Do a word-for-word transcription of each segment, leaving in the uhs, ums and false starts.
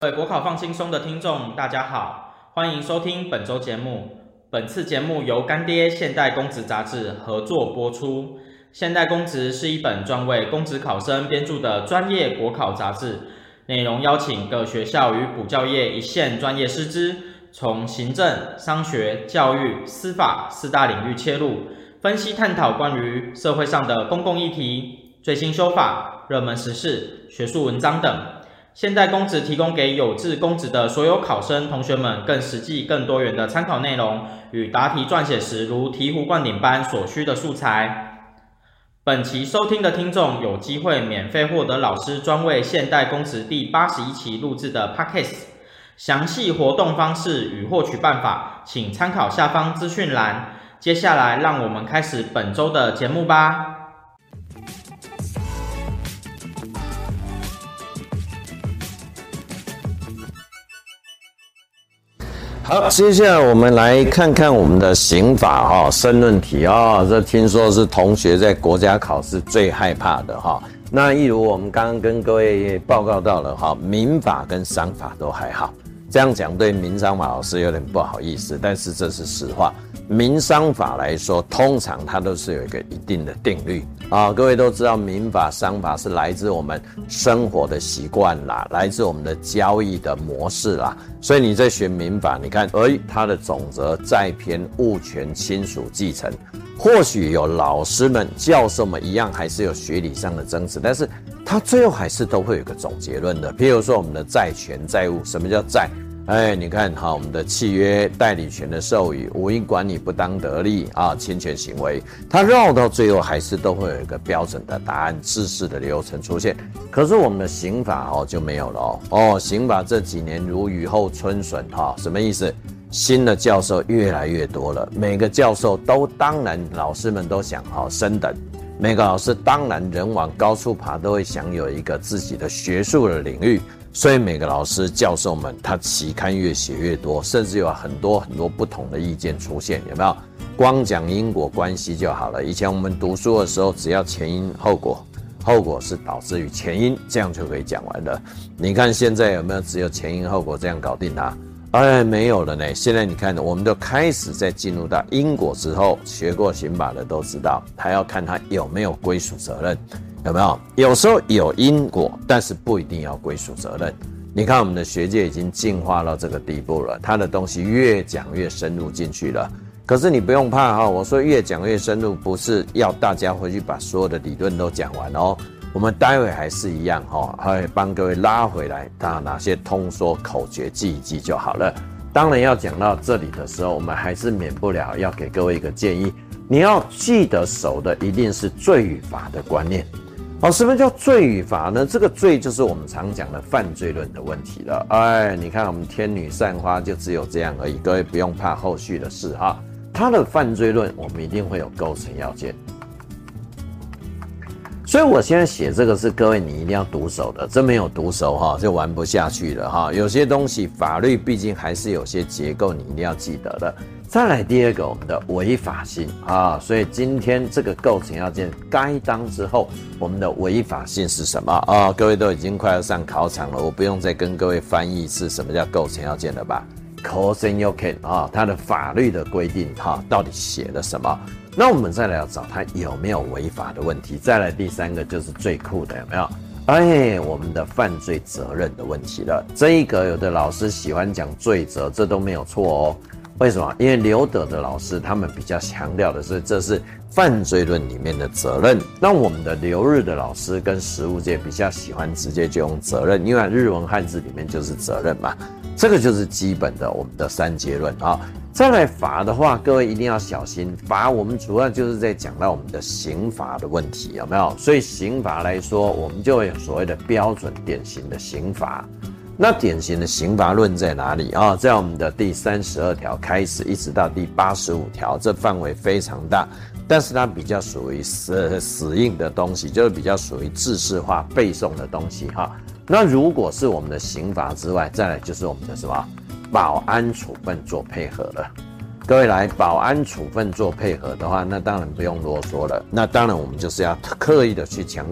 各位国考放轻松的听众，大家好，欢迎收听本周节目。本次节目由干爹现代公职杂志合作播出。现代公职是一本专为公职考生编著的专业国考杂志，内容邀请各学校与补教业一线专业师资，从行政、商学、教育、司法四大领域切入，分析探讨关于社会上的公共议题、最新修法、热门时事、学术文章等。现代公职提供给有志公职的所有考生同学们更实际、更多元的参考内容与答题撰写时如醍醐灌顶般所需的素材。本期收听的听众有机会免费获得老师专为现代公职第八十一期录制的 Podcast， 详细活动方式与获取办法，请参考下方资讯栏。接下来，让我们开始本周的节目吧。 好，接下来我们来看看我们的刑法哈、哦、申论题啊、哦，这听说是同学在国家考试最害怕的哈、哦。那一如我们刚刚跟各位报告到了哈，民法跟商法都还好，这样讲对民商法老师有点不好意思，但是这是实话。民商法来说，通常它都是有一个一定的定律啊。各位都知道，民法、商法是来自我们生活的习惯啦，来自我们的交易的模式啦。所以你在学民法，你看，哎，它的总则、债篇、物权、亲属继承，或许有老师们、教授们一样，还是有学理上的争执，但是它最后还是都会有个总结论的。譬如说，我们的债权、债务，什么叫债？哎，你看哈，我们的契约、代理权的授予、无因管理不当得利啊、侵权行为，它绕到最后还是都会有一个标准的答案、制式的流程出现。可是我们的刑法哦就没有了哦，哦，刑法这几年如雨后春笋哈，什么意思？新的教授越来越多了，每个教授都当然老师们都想好升等，每个老师当然人往高处爬，都会想有一个自己的学术的领域。所以每个老师、教授们，他期刊越写越多，甚至有很多很多不同的意见出现，有没有？光讲因果关系就好了。以前我们读书的时候，只要前因后果，后果是导致于前因，这样就可以讲完了。你看现在有没有只有前因后果这样搞定它？哎，没有了呢。现在你看，我们都开始在进入到因果之后，学过刑法的都知道，还要看他有没有归属责任。有没有？有时候有因果，但是不一定要归属责任。你看我们的学界已经进化到这个地步了，他的东西越讲越深入进去了。可是你不用怕哈，我说越讲越深入，不是要大家回去把所有的理论都讲完哦。我们待会还是一样哈，还会帮各位拉回来，他哪些通说口诀记一记就好了。当然要讲到这里的时候，我们还是免不了要给各位一个建议，你要记得守的一定是罪与罚的观念。哦，什么叫罪与罚呢？这个罪就是我们常讲的犯罪论的问题了。哎，你看我们天女散花就只有这样而已，各位不用怕后续的事哈。它的犯罪论我们一定会有构成要件，所以我现在写这个是各位你一定要读熟的，真没有读熟哈就玩不下去了哈。有些东西法律毕竟还是有些结构你一定要记得的。再来第二个，我们的违法性啊，所以今天这个构成要件该当之后，我们的违法性是什么啊？各位都已经快要上考场了，我不用再跟各位翻译是什么叫构成要件了吧？構成要件啊，它的法律的规定哈、啊，到底写了什么？那我们再来要找它有没有违法的问题。再来第三个就是最酷的，有没有？哎，我们的犯罪责任的问题了。这一个有的老师喜欢讲罪责，这都没有错哦。为什么？因为留德的老师他们比较强调的是这是犯罪论里面的责任，那我们的留日的老师跟实务界比较喜欢直接就用责任，因为日文汉字里面就是责任嘛，这个就是基本的我们的三结论啊。再来罚的话，各位一定要小心，罚我们主要就是在讲到我们的刑罚的问题，有没有？所以刑罚来说，我们就会有所谓的标准典型的刑罚。那典型的刑罚论在哪里啊？在我们的第三十二条开始，一直到第八十五条，这范围非常大，但是它比较属于死死硬的东西，就是比较属于制式化背诵的东西哈。那如果是我们的刑罚之外，再来就是我们的什么保安处分做配合了。各位来保安处分做配合的话，那当然不用啰嗦了。那当然我们就是要刻意的去强调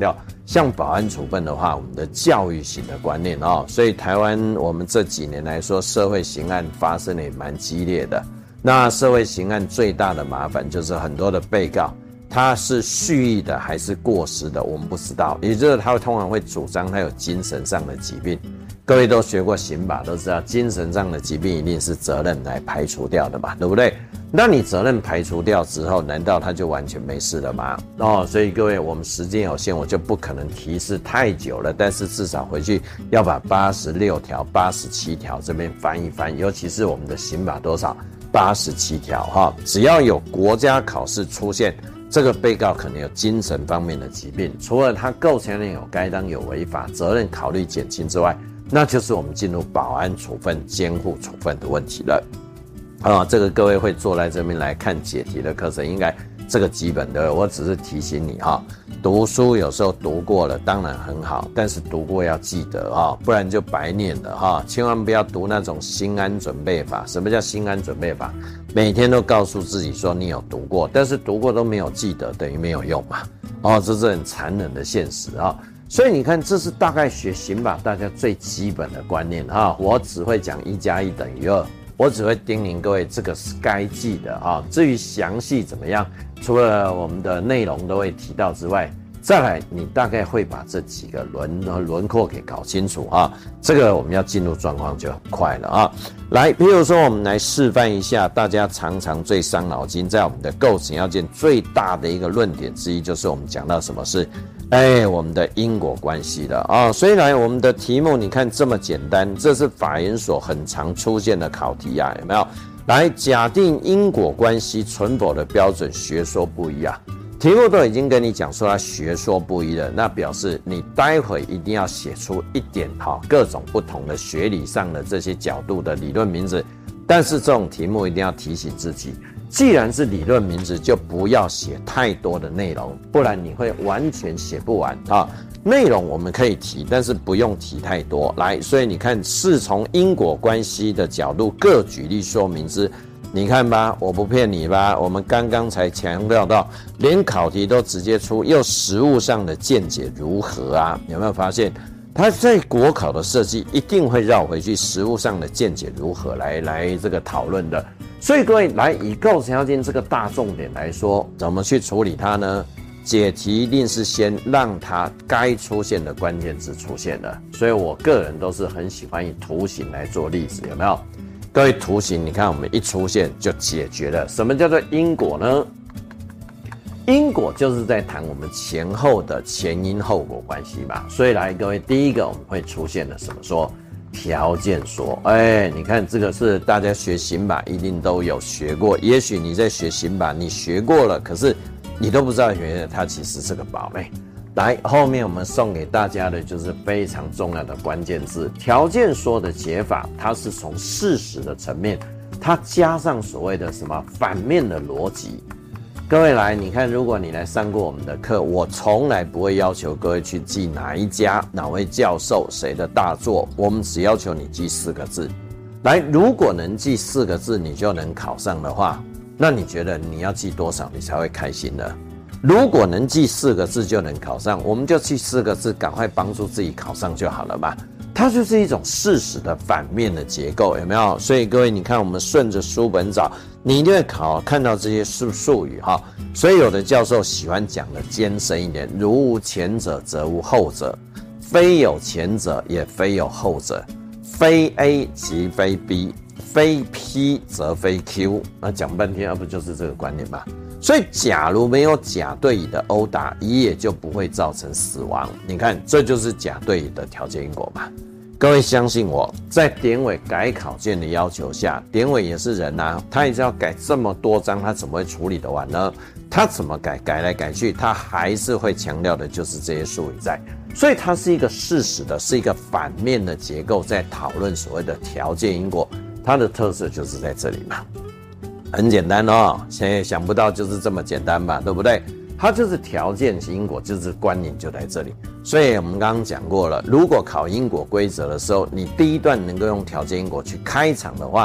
像保安处分的话，我们的教育型的观念哦，所以台湾我们这几年来说，社会刑案发生的也蛮激烈的。那社会刑案最大的麻烦就是很多的被告，他是蓄意的还是过失的，我们不知道。也就是他通常会主张他有精神上的疾病。各位都学过刑法，都知道精神上的疾病一定是责任来排除掉的嘛，对不对？那你责任排除掉之后，难道他就完全没事了吗？哦，所以各位，我们时间有限，我就不可能提示太久了。但是至少回去要把八十六条、八十七条这边翻一翻，尤其是我们的刑法多少八十七条哈，只要有国家考试出现这个被告可能有精神方面的疾病，除了他构成有该当有违法，责任考虑减轻之外，那就是我们进入保安处分、监护处分的问题了。啊，这个各位会坐在这边来看解题的课程，应该这个基本的，我只是提醒你哈，读书有时候读过了当然很好，但是读过要记得啊，不然就白念了哈。千万不要读那种心安准备法。什么叫心安准备法？每天都告诉自己说你有读过，但是读过都没有记得，等于没有用嘛。哦，这是很残忍的现实啊。所以你看，这是大概学刑法大家最基本的观念哈。我只会讲一加一等于二。我只会叮咛各位，这个是该记的啊。至于详细怎么样，除了我们的内容都会提到之外，再来你大概会把这几个轮轮廓给搞清楚啊。这个我们要进入状况就很快了啊。来，比如说我们来示范一下，大家常常最伤脑筋，在我们的构成要件最大的一个论点之一，就是我们讲到什么是。哎，我们的因果关系的啊，所以来我们的题目，你看这么简单，这是法研所很常出现的考题啊，有没有？来，假定因果关系存否的标准学说不一啊，题目都已经跟你讲说它学说不一了，那表示你待会一定要写出一点哈各种不同的学理上的这些角度的理论名词，但是这种题目一定要提醒自己。既然是理论名词，就不要写太多的内容，不然你会完全写不完啊。内容我们可以提，但是不用提太多。来，所以你看，是从因果关系的角度各举例说明之。你看吧，我不骗你吧，我们刚刚才强调到，连考题都直接出，又实务上的见解如何啊？有没有发现？他在国考的设计一定会绕回去实务上的见解如何来来这个讨论的。所以各位来以构成要件这个大重点来说，怎么去处理它呢？解题一定是先让它该出现的关键字出现了。所以我个人都是很喜欢以图形来做例子，有没有？各位图形，你看我们一出现就解决了。什么叫做因果呢？因果就是在谈我们前后的前因后果关系嘛。所以来各位，第一个我们会出现的什么说？条件说，哎，你看这个是大家学刑法一定都有学过，也许你在学刑法你学过了，可是你都不知道原来它其实是个宝贝。来，后面我们送给大家的就是非常重要的关键字，条件说的解法，它是从事实的层面，它加上所谓的什么反面的逻辑。各位来，你看，如果你来上过我们的课，我从来不会要求各位去记哪一家、哪位教授、谁的大作，我们只要求你记四个字。来，如果能记四个字，你就能考上的话，那你觉得你要记多少，你才会开心呢？如果能记四个字就能考上，我们就记四个字，赶快帮助自己考上就好了嘛。它就是一种事实的反面的结构，有没有？所以各位，你看我们顺着书本找，你一定会考看到这些术术语哈。所以有的教授喜欢讲的艰深一点，如无前者则无后者，非有前者也非有后者，非 A 即非 B， 非 P 则非 Q。那讲半天，那不就是这个观念吗？所以，假如没有甲对乙的殴打，乙也就不会造成死亡。你看，这就是甲对乙的条件因果嘛。各位相信我，在典委改考卷的要求下，典委也是人啊，他也是要改这么多章，他怎么会处理得完呢？他怎么改，改来改去，他还是会强调的就是这些术语在。所以它是一个事实的，是一个反面的结构，在讨论所谓的条件因果，它的特色就是在这里嘛。很简单哦，现在想不到就是这么简单吧，对不对？它就是条件因果，就是观念就在这里。所以我们刚刚讲过了，如果考因果规则的时候，你第一段能够用条件因果去开场的话，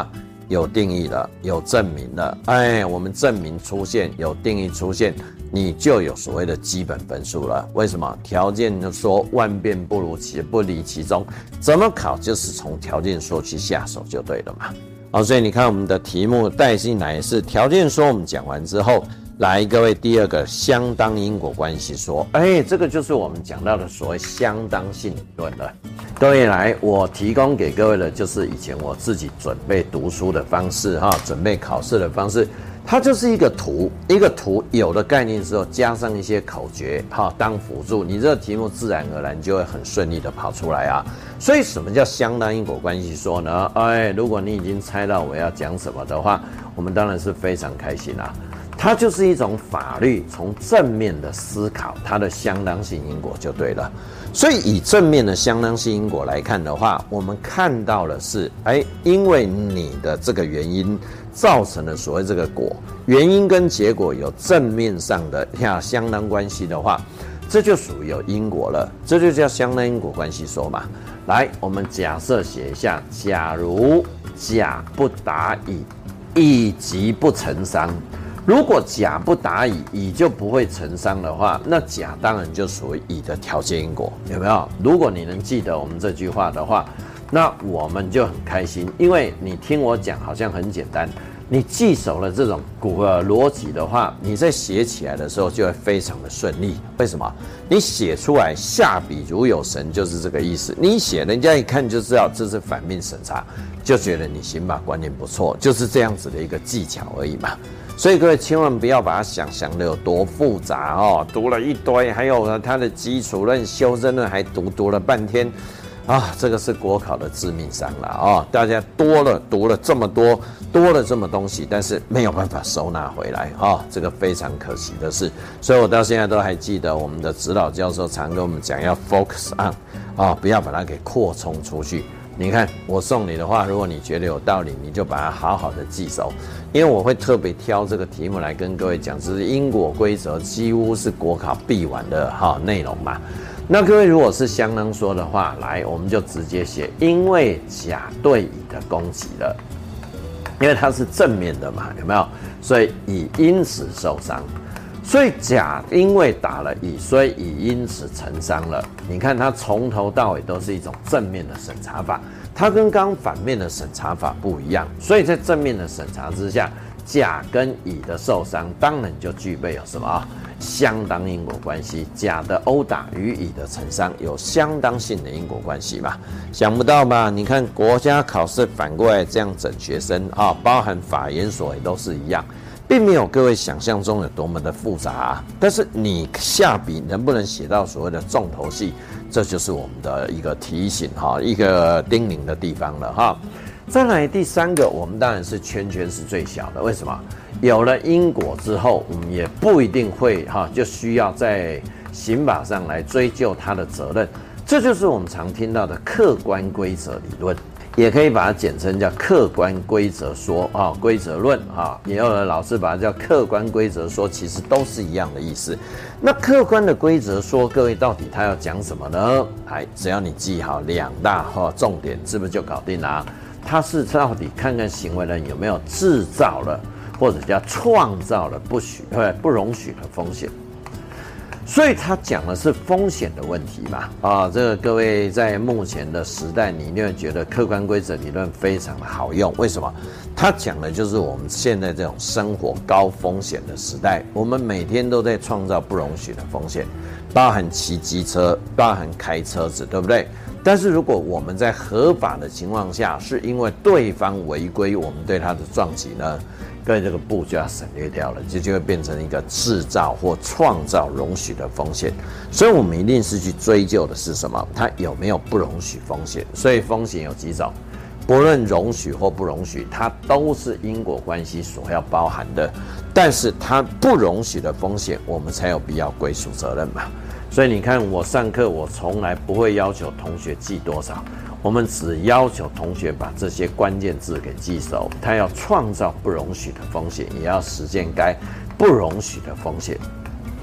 有定义了，有证明了，哎，我们证明出现，有定义出现，你就有所谓的基本分数了。为什么？条件就说万变不如其不离其宗，怎么考就是从条件说去下手就对了嘛。好，所以你看我们的题目带进来是条件说，我们讲完之后，来各位第二个相当因果关系说，哎，这个就是我们讲到的所谓相当性理论了。各位来，我提供给各位的就是以前我自己准备读书的方式哈，准备考试的方式。它就是一个图，一个图有了概念之后，加上一些口诀哈当辅助，你这个题目自然而然就会很顺利的跑出来啊。所以什么叫相当因果关系说呢？哎，如果你已经猜到我要讲什么的话，我们当然是非常开心啊。它就是一种法律，从正面的思考它的相当性因果就对了。所以以正面的相当性因果来看的话，我们看到的是，哎，因为你的这个原因造成了所谓这个果，原因跟结果有正面上的相当关系的话，这就属于有因果了，这就叫相当因果关系说嘛。来，我们假设写一下，假如甲不打乙，乙即不成伤。如果甲不打乙，乙就不会成伤的话，那甲当然就属于乙的条件因果，有没有？如果你能记得我们这句话的话，那我们就很开心，因为你听我讲好像很简单，你记熟了这种呃逻辑的话，你在写起来的时候就会非常的顺利。为什么？你写出来下笔如有神，就是这个意思。你写，人家一看就知道这是反面审查，就觉得你刑法观念不错，就是这样子的一个技巧而已嘛。所以各位千万不要把它想象的有多复杂哦，读了一堆，还有它的基础论、修正论还读读了半天。啊，这个是国考的致命伤了啊！大家多了读了这么多，多了这么东西，但是没有办法收纳回来啊，这个非常可惜的事。所以我到现在都还记得我们的指导教授常跟我们讲要 focus on 啊，不要把它给扩充出去。你看我送你的话，如果你觉得有道理，你就把它好好的记熟，因为我会特别挑这个题目来跟各位讲，这是因果规则，几乎是国考必玩的哈内容嘛。那各位如果是相当说的话，来我们就直接写，因为甲对乙的攻击了，因为它是正面的嘛，有没有？所以乙因此受伤，所以甲因为打了乙，所以乙因此成伤了。你看它从头到尾都是一种正面的审查法，它跟刚刚反面的审查法不一样，所以在正面的审查之下，甲跟乙的受伤当然就具备有什么啊？相当因果关系，甲的殴打与乙的成伤有相当性的因果关系嘛？想不到吧？你看国家考试反过来这样整学生啊，包含法研所也都是一样，并没有各位想象中有多么的复杂啊。但是你下笔能不能写到所谓的重头戏，这就是我们的一个提醒哈，一个叮咛的地方了哈。再来第三个，我们当然是圈圈是最小的，为什么？有了因果之后，我们也不一定会哈，就需要在刑法上来追究他的责任。这就是我们常听到的客观规则理论，也可以把它简称叫客观规则说啊，规则论啊，也有的老师把它叫客观规则说，其实都是一样的意思。那客观的规则说，各位到底他要讲什么呢？哎，只要你记好两大哈重点，是不是就搞定了啊？他是到底看看行为人有没有制造了，或者叫创造了不许呃不容许的风险，所以他讲的是风险的问题嘛啊，这个各位在目前的时代，你一定会觉得客观规则理论非常的好用。为什么？他讲的就是我们现在这种生活高风险的时代，我们每天都在创造不容许的风险，包含骑机车，包含开车子，对不对？但是如果我们在合法的情况下，是因为对方违规，我们对他的撞击呢，各位这个步就要省略掉了，这就会变成一个制造或创造容许的风险。所以我们一定是去追究的是什么？它有没有不容许风险？所以风险有几种，不论容许或不容许，它都是因果关系所要包含的。但是它不容许的风险，我们才有必要归属责任嘛。所以你看，我上课我从来不会要求同学记多少，我们只要求同学把这些关键字给记熟。他要创造不容许的风险，也要实践该不容许的风险。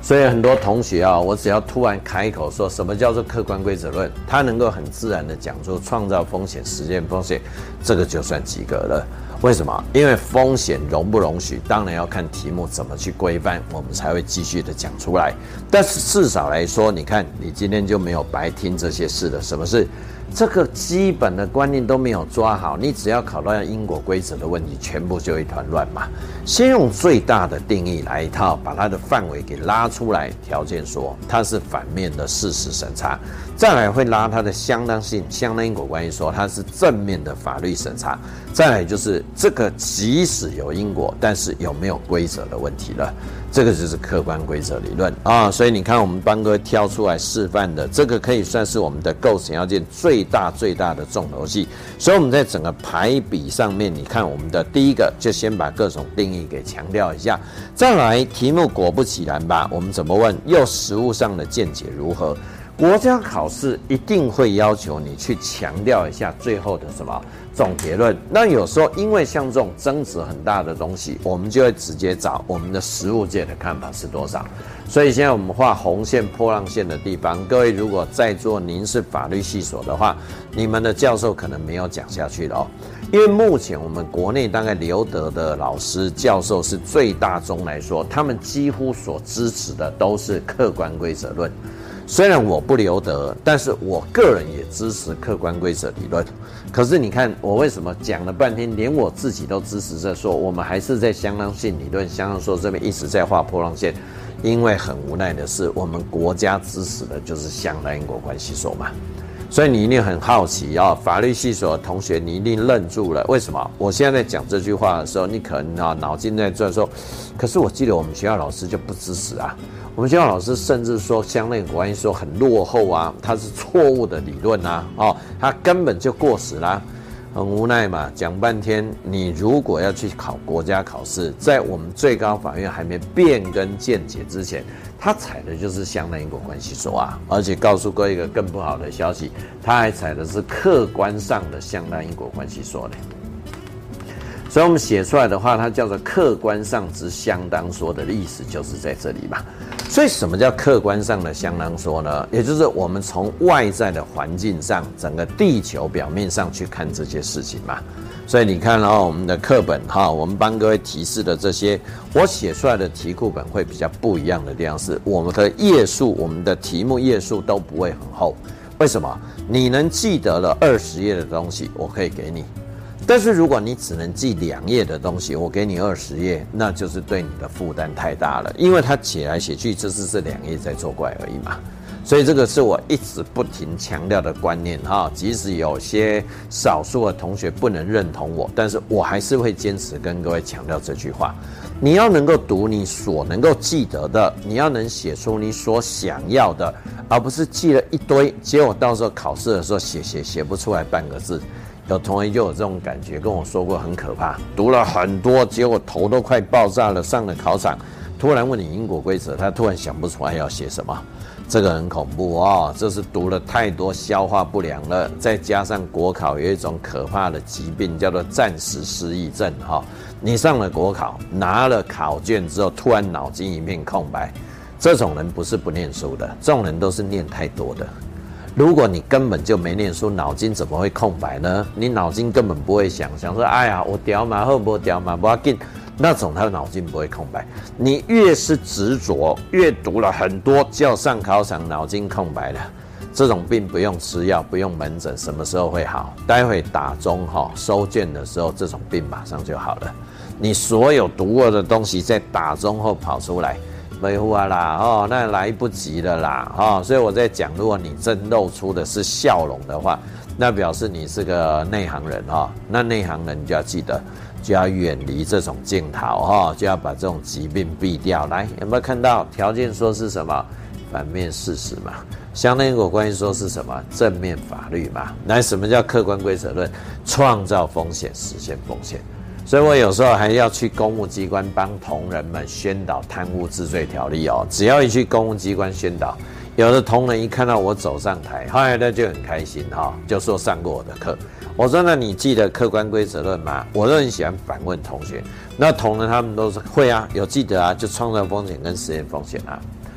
所以很多同学啊，我只要突然开口说什么叫做客观规则论，他能够很自然的讲出创造风险、实现风险，这个就算及格了。为什么？因为风险容不容许，当然要看题目怎么去规范，我们才会继续的讲出来。但是至少来说，你看你今天就没有白听这些事了。什么事？这个基本的观念都没有抓好，你只要考到因果规则的问题，全部就一团乱嘛。先用最大的定义来一套，把它的范围给拉出来，条件说它是反面的事实审查，再来会拉它的相当性、相当因果关系，说它是正面的法律审查，再来就是这个即使有因果，但是有没有规则的问题了。这个就是客观规则理论啊，所以你看我们帮各位挑出来示范的，这个可以算是我们的构成要件最大最大的重头戏。所以我们在整个排比上面，你看我们的第一个就先把各种定义给强调一下，再来题目果不其然吧，我们怎么问？又实务上的见解如何？国家考试一定会要求你去强调一下最后的什么总结论。那有时候因为像这种争执很大的东西，我们就会直接找我们的实务界的看法是多少。所以现在我们画红线波浪线的地方，各位如果在座您是法律系所的话，你们的教授可能没有讲下去了哦。因为目前我们国内大概留德的老师教授是最大宗来说，他们几乎所支持的都是客观规则论。虽然我不留德，但是我个人也支持客观规则理论。可是你看我为什么讲了半天，连我自己都支持着说，我们还是在相当性理论、相当说这边一直在画波浪线。因为很无奈的是，我们国家支持的就是相当因果关系说嘛。所以你一定很好奇啊、哦，法律系所的同学，你一定愣住了。为什么？我现在在讲这句话的时候，你可能啊脑筋在转说，可是我记得我们学校老师就不支持啊。我们学校老师甚至说相当因果关系说很落后啊，它是错误的理论啊，哦，它根本就过时啦。很无奈嘛，讲半天，你如果要去考国家考试，在我们最高法院还没变更见解之前，他采的就是相当因果关系说啊，而且告诉各位一个更不好的消息，他还采的是客观上的相当因果关系说呢。所以我们写出来的话，它叫做客观上之相当说的意思就是在这里嘛。所以什么叫客观上的相当说呢？也就是我们从外在的环境上，整个地球表面上去看这些事情嘛。所以你看哦，我们的课本哈，我们帮各位提示的这些，我写出来的题库本会比较不一样的地方是，我们的页数，我们的题目页数都不会很厚。为什么？你能记得了二十页的东西，我可以给你。但是如果你只能记两页的东西，我给你二十页，那就是对你的负担太大了，因为它写来写去就是这两页在作怪而已嘛。所以这个是我一直不停强调的观念哈，即使有些少数的同学不能认同我，但是我还是会坚持跟各位强调这句话：你要能够读你所能够记得的，你要能写出你所想要的，而不是记了一堆，结果到时候考试的时候写写写不出来半个字。有同学就有这种感觉，跟我说过很可怕，读了很多，结果头都快爆炸了，上了考场，突然问你因果规则，他突然想不出来要写什么，这个很恐怖哦，这是读了太多消化不良了，再加上国考有一种可怕的疾病叫做暂时失忆症哈、哦，你上了国考，拿了考卷之后，突然脑筋一片空白，这种人不是不念书的，这种人都是念太多的。如果你根本就没念书，脑筋怎么会空白呢？你脑筋根本不会想，想说，哎呀，我掉嘛，后不掉嘛，不要紧，那种他的脑筋不会空白。你越是执着，越读了很多，叫上考场脑筋空白了，这种病不用吃药，不用门诊，什么时候会好？待会打钟哈收卷的时候，这种病马上就好了。你所有读过的东西在打钟后跑出来。没有啊啦，哦，那来不及了啦，哦，所以我在讲，如果你真露出的是笑容的话，那表示你是个内行人哈、哦。那内行人就要记得，就要远离这种镜头哈、哦，就要把这种疾病避掉。来，有没有看到条件说是什么？反面事实嘛。相当因果关系说是什么？正面法律嘛。来，什么叫客观规则论？创造风险，实现风险。所以我有时候还要去公务机关帮同仁们宣导贪污治罪条例哦。只要一去公务机关宣导，有的同仁一看到我走上台，后来他就很开心哈、哦，就说上过我的课。我说那你记得客观规则论吗？我都很喜欢反问同学，那同仁他们都说会啊，有记得啊，就创造风险跟实现风险啊。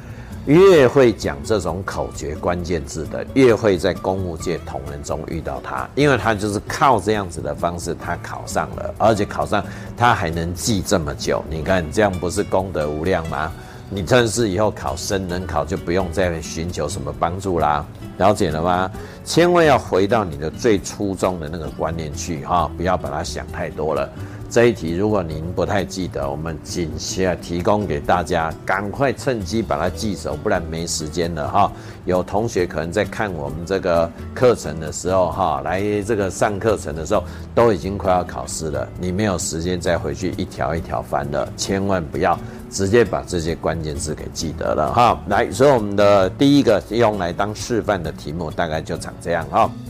越会讲这种口诀关键字的，越会在公务界同仁中遇到他，因为他就是靠这样子的方式，他考上了，而且考上他还能记这么久，你看这样不是功德无量吗？你真是以后考生能考就不用再寻求什么帮助啦，了解了吗？千万要回到你的最初衷的那个观念去哈，不要把它想太多了。这一题如果您不太记得，我们仅下提供给大家，赶快趁机把它记熟，不然没时间了哈。有同学可能在看我们这个课程的时候哈，来这个上课程的时候都已经快要考试了，你没有时间再回去一条一条翻了，千万不要直接把这些关键字给记得了哈。来，所以我们的第一个用来当示范的题目大概就长这样哈。